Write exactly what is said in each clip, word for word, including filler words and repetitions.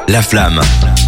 La Flamme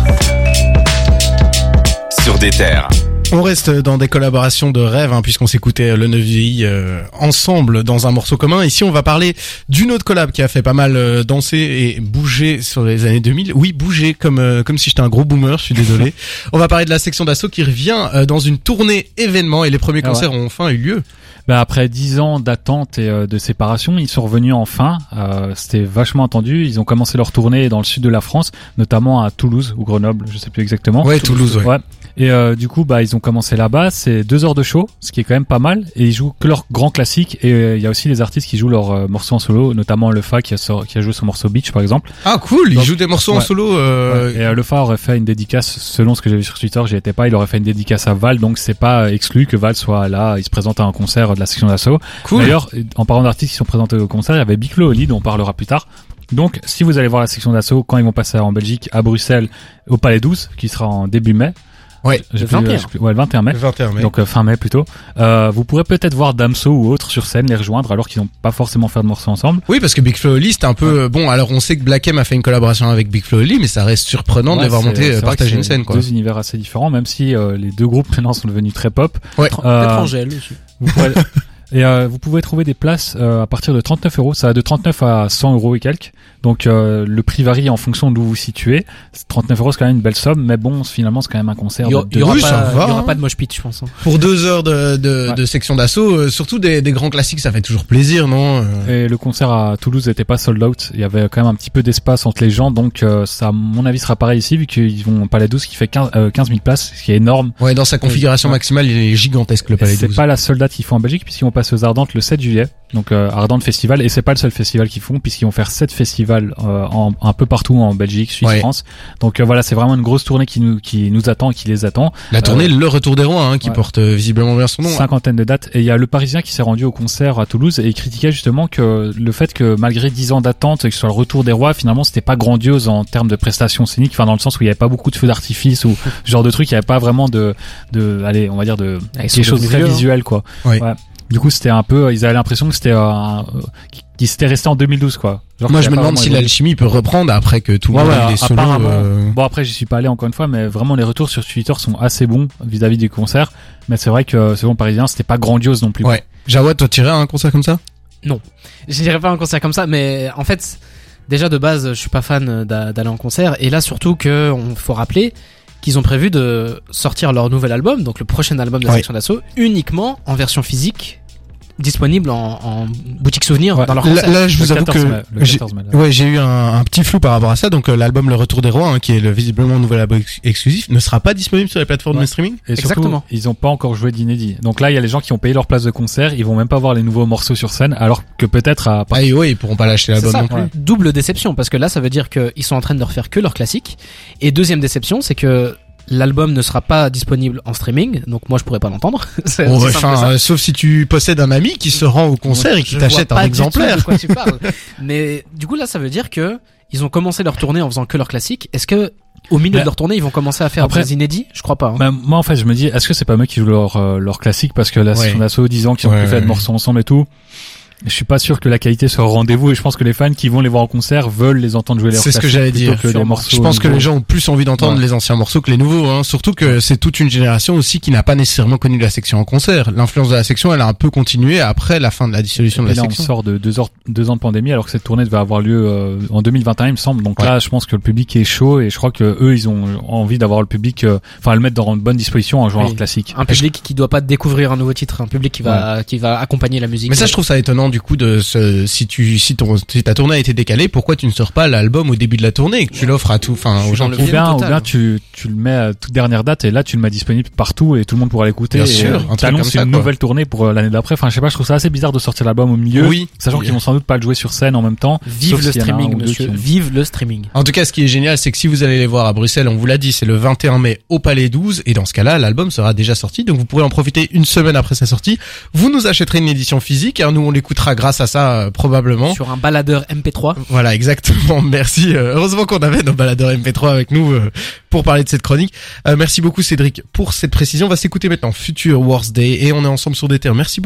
sur des terres. On reste dans des collaborations de rêve, hein, puisqu'on s'écoutait le neuf V I euh, ensemble dans un morceau commun. Ici, on va parler d'une autre collab qui a fait pas mal euh, danser et bouger sur les années deux mille. Oui, bouger comme euh, comme si j'étais un gros boomer, je suis désolé. On va parler de la section d'assaut qui revient euh, dans une tournée événement et les premiers ah concerts ouais. ont enfin eu lieu. Bah après dix ans d'attente et euh, de séparation, ils sont revenus enfin. Euh, c'était vachement attendu. Ils ont commencé leur tournée dans le sud de la France, notamment à Toulouse ou Grenoble, je sais plus exactement. Ouais, Toulouse, ouais. ouais. Et euh, du coup, bah ils ont commencé là-bas. C'est deux heures de show, ce qui est quand même pas mal. Et ils jouent que leurs grands classiques. Et il euh, y a aussi des artistes qui jouent leurs euh, morceaux en solo, notamment Le Fa qui a, sor- qui a joué son morceau Beach par exemple. Ah cool, Donc, ils jouent des morceaux ouais. en solo. Euh... Ouais. Et euh, Le Fa aurait fait une dédicace, selon ce que j'ai vu sur Twitter, j'y étais pas. Il aurait fait une dédicace à Val, donc c'est pas exclu que Val soit là. Il se présente à un concert de la section d'assaut. Cool. D'ailleurs, en parlant d'artistes qui sont présentés au concert, il y avait Big Flo et Oli, dont on parlera plus tard. Donc, si vous allez voir la section d'assaut, quand ils vont passer en Belgique, à Bruxelles, au Palais douze, qui sera en début mai. Ouais, J'ai le plus, vingt et un. euh, j'ai plus- ouais, le vingt et un mai. Le vingt et un mai. Donc, euh, fin mai plutôt. Euh, vous pourrez peut-être voir Damso ou autres sur scène les rejoindre, alors qu'ils n'ont pas forcément fait de morceaux ensemble. Oui, parce que Big Flo et Oli, c'était un peu ouais. bon. Alors, on sait que Black M a fait une collaboration avec Big Flo et Oli, mais ça reste surprenant Ouais, de les voir c'est- monter, c'est euh, vrai partager que une c'est scène, quoi. Deux univers assez différents, même si euh, les deux groupes maintenant sont devenus très pop. Ouais. Euh, Peut-être Angèle aussi. Vous pourrez- Et euh, vous pouvez trouver des places euh, à partir de trente-neuf euros. Ça va de trente-neuf à cent euros et quelques. Donc euh, le prix varie en fonction d'où vous vous situez. trente-neuf euros, c'est quand même une belle somme, mais bon, finalement, c'est quand même un concert. Il y, de aura- deux il y aura Oui, pas, ça va, il y aura hein. pas de mosh pit, je pense. hein. Pour deux heures de de, Ouais. de section d'assaut, euh, surtout des, des grands classiques, ça fait toujours plaisir, non euh... Et le concert à Toulouse n'était pas sold out. Il y avait quand même un petit peu d'espace entre les gens, donc euh, ça, à mon avis, sera pareil ici, vu qu'ils vont au Palais douze, qui fait quinze, euh, quinze mille places, ce qui est énorme. Ouais, dans sa configuration Ouais. maximale, il est gigantesque le Et Palais c'est douze. pas la seule date qu'ils font en Belgique, puisqu'ils vont passer aux Ardentes le sept juillet. Donc euh, Ardentes Festival, et c'est pas le seul festival qu'ils font, puisqu'ils vont faire sept festivals euh, en, un peu partout en Belgique, Suisse, Ouais. France. Donc euh, voilà, c'est vraiment une grosse tournée qui nous qui nous attend et qui les attend. La tournée Euh, Le Retour des Rois, hein, qui ouais. porte euh, visiblement bien son nom. Cinquantaine de dates, et il y a le Parisien qui s'est rendu au concert à Toulouse et il critiquait justement que le fait que malgré dix ans d'attente et que ce soit le Retour des Rois, finalement c'était pas grandiose en termes de prestations scéniques, enfin dans le sens où il y avait pas beaucoup de feux d'artifice ou ce genre de truc, il y avait pas vraiment de de allez on va dire de Ah, ils sont quelque chose de devenus très vieux, hein. visuel quoi. Ouais. Du coup c'était un peu, ils avaient l'impression que c'était euh, un, euh, qu'ils s'étaient restés en deux mille douze quoi. Genre Moi, qu'il je y me a pas demande vraiment si évolué. l'alchimie peut reprendre après que tout le Ouais, monde ouais, a eu des solos. apparemment. euh, Bon après j'y suis pas allé encore une fois, mais vraiment les retours sur Twitter sont assez bons vis-à-vis du concert. Mais c'est vrai que selon le Parisien c'était pas grandiose non plus. Ouais. Jawad, toi, t'irais à un concert comme ça? Non. Je dirais pas un concert comme ça, mais en fait, déjà de base, je suis pas fan d'a- d'aller en concert. Et là, surtout que, on faut rappeler qu'ils ont prévu de sortir leur nouvel album, donc le prochain album de la Ouais. section d'assaut, uniquement en version physique, disponible en, en boutique souvenir Ouais. dans leur Là, concert. là, je Le vous avoue quatorze que mai, le j'ai- quatorze mai, là. ouais, j'ai eu un, un petit flou par rapport à ça. Donc, euh, l'album Le Retour des Rois, hein, qui est le visiblement nouvel album ex- exclusif, ne sera pas disponible sur les plateformes Ouais. de streaming. Et surtout, Exactement. ils ont pas encore joué d'inédit. Donc là, il y a les gens qui ont payé leur place de concert, ils vont même pas voir les nouveaux morceaux sur scène, alors que peut-être à Ah, et ouais, ils pourront pas lâcher C'est l'album ça, non plus. ouais. double déception, parce que là, ça veut dire qu'ils sont en train de refaire que leurs classiques. Et deuxième déception, c'est que l'album ne sera pas disponible en streaming, donc moi je pourrais pas l'entendre. C'est Bon, aussi simple que enfin, ça. euh, sauf si tu possèdes un ami qui se rend au concert et qui Je t'achète vois un pas du tout exemplaire. de quoi tu parles. Mais du coup là, ça veut dire que ils ont commencé leur tournée en faisant que leurs classiques. Est-ce que au milieu Mais- de leur tournée, ils vont commencer à faire Après- des inédits? Je crois pas. hein. Bah, moi en fait je me dis est-ce que c'est pas eux qui jouent leur euh, leur classique parce que la Ouais. section d'assaut dix ans qu'ils ont Ouais, plus fait ouais. de morceaux ensemble et tout. Je suis pas sûr que la qualité soit au rendez-vous et je pense que les fans qui vont les voir en concert veulent les entendre jouer leurs C'est ce que classiques j'allais plutôt dire. que des Sûrement. morceaux Je pense que nouveaux. les gens ont plus envie d'entendre Ouais. les anciens morceaux que les nouveaux, hein. Surtout que c'est toute une génération aussi qui n'a pas nécessairement connu la section en concert. L'influence de la section, elle a un peu continué après la fin de la dissolution de Et la là, on section. sort de deux, heures, deux ans de pandémie alors que cette tournée devait avoir lieu euh, en deux mille vingt et un il me semble. Donc Ouais. là je pense que le public est chaud et je crois que eux ils ont envie d'avoir le public, euh, enfin le mettre dans une bonne disposition en jouant Oui. leur classique. Un public qui doit pas découvrir un nouveau titre, un public qui va qui va accompagner la musique. Mais ça, je trouve ça étonnant du coup de ce, si tu si ton si ta tournée a été décalée, pourquoi tu ne sors pas l'album au début de la tournée et que tu l'offres à tout, enfin Je suis aux gens dans le qui Ou film bien, ou total. bien tu, tu le mets à toute dernière date et là tu le mets disponible partout et tout le monde pourra l'écouter. Bien et sûr, un truc t'annonces comme ça, une quoi. nouvelle tournée pour euh, l'année d'après. Enfin, je sais pas, je trouve ça assez bizarre de sortir l'album au milieu, Oui. sachant qu'ils vont sans doute pas le jouer sur scène en même temps. Vive sauf le s'il y en a un streaming, ou deux monsieur. qui ont- Vive le streaming. En tout cas, ce qui est génial, c'est que si vous allez les voir à Bruxelles, on vous l'a dit, c'est le vingt et un mai au Palais douze, et dans ce cas-là, l'album sera déjà sorti, donc vous pourrez en profiter une semaine après sa sortie. Vous nous achèterez une édition physique, hein, nous on l'écoutera grâce à ça euh, probablement. Sur un baladeur M P trois. Voilà, exactement. Merci. Euh, heureusement qu'on avait nos baladeurs M P trois avec nous euh, pour parler de cette chronique. Euh, merci beaucoup Cédric pour cette précision. On va s'écouter maintenant Future Worst Day et on est ensemble sur des terres. Merci beaucoup.